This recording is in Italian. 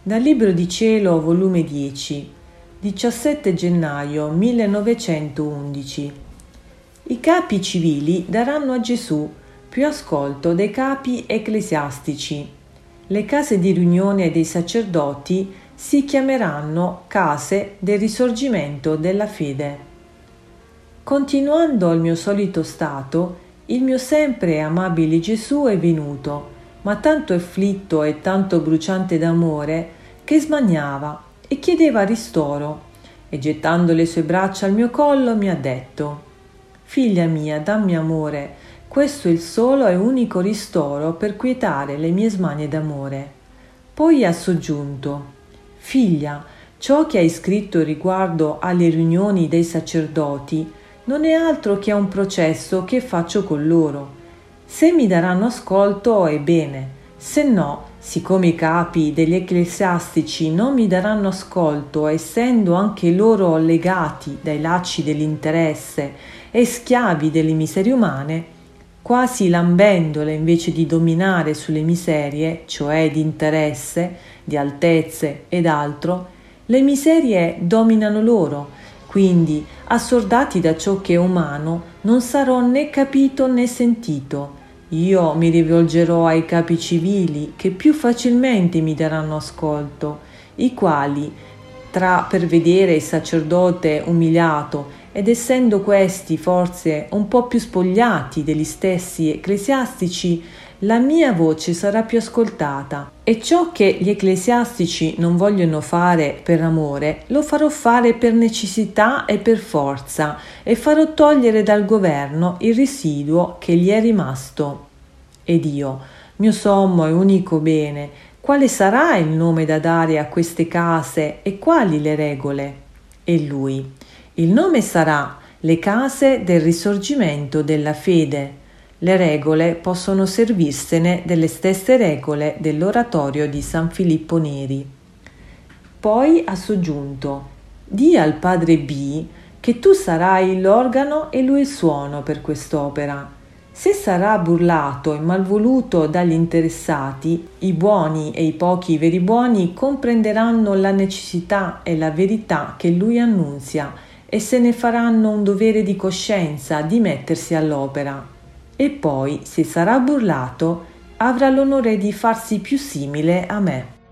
Dal Libro di Cielo, volume 10, 17 gennaio 1911. I capi civili daranno a Gesù più ascolto dei capi ecclesiastici. Le case di riunione dei sacerdoti si chiameranno case del risorgimento della fede. Continuando il mio solito stato, il mio sempre amabile Gesù è venuto, ma tanto afflitto e tanto bruciante d'amore che smaniava e chiedeva ristoro, e gettando le sue braccia al mio collo mi ha detto: «Figlia mia, dammi amore, questo è il solo e unico ristoro per quietare le mie smanie d'amore». Poi ha soggiunto: «Figlia, ciò che hai scritto riguardo alle riunioni dei sacerdoti non è altro che un processo che faccio con loro. Se mi daranno ascolto è bene, se no, siccome i capi degli ecclesiastici non mi daranno ascolto, essendo anche loro legati dai lacci dell'interesse e schiavi delle miserie umane, quasi lambendole invece di dominare sulle miserie, cioè di interesse, di altezze ed altro, le miserie dominano loro. Quindi, assordati da ciò che è umano, non sarò né capito né sentito. Io mi rivolgerò ai capi civili che più facilmente mi daranno ascolto, i quali, per vedere il sacerdote umiliato ed essendo questi forse un po' più spogliati degli stessi ecclesiastici, la mia voce sarà più ascoltata, e ciò che gli ecclesiastici non vogliono fare per amore lo farò fare per necessità e per forza, e farò togliere dal governo il residuo che gli è rimasto. Ed io, mio sommo e unico bene, quale sarà il nome da dare a queste case e quali le regole? E lui: il nome sarà le case del risorgimento della fede. Le regole possono servirsene delle stesse regole dell'oratorio di San Filippo Neri. Poi ha soggiunto: di al padre B che tu sarai l'organo e lui il suono per quest'opera. Se sarà burlato e malvoluto dagli interessati, i buoni e i pochi veri buoni comprenderanno la necessità e la verità che lui annunzia e se ne faranno un dovere di coscienza di mettersi all'opera. E poi, se sarà burlato, avrà l'onore di farsi più simile a me.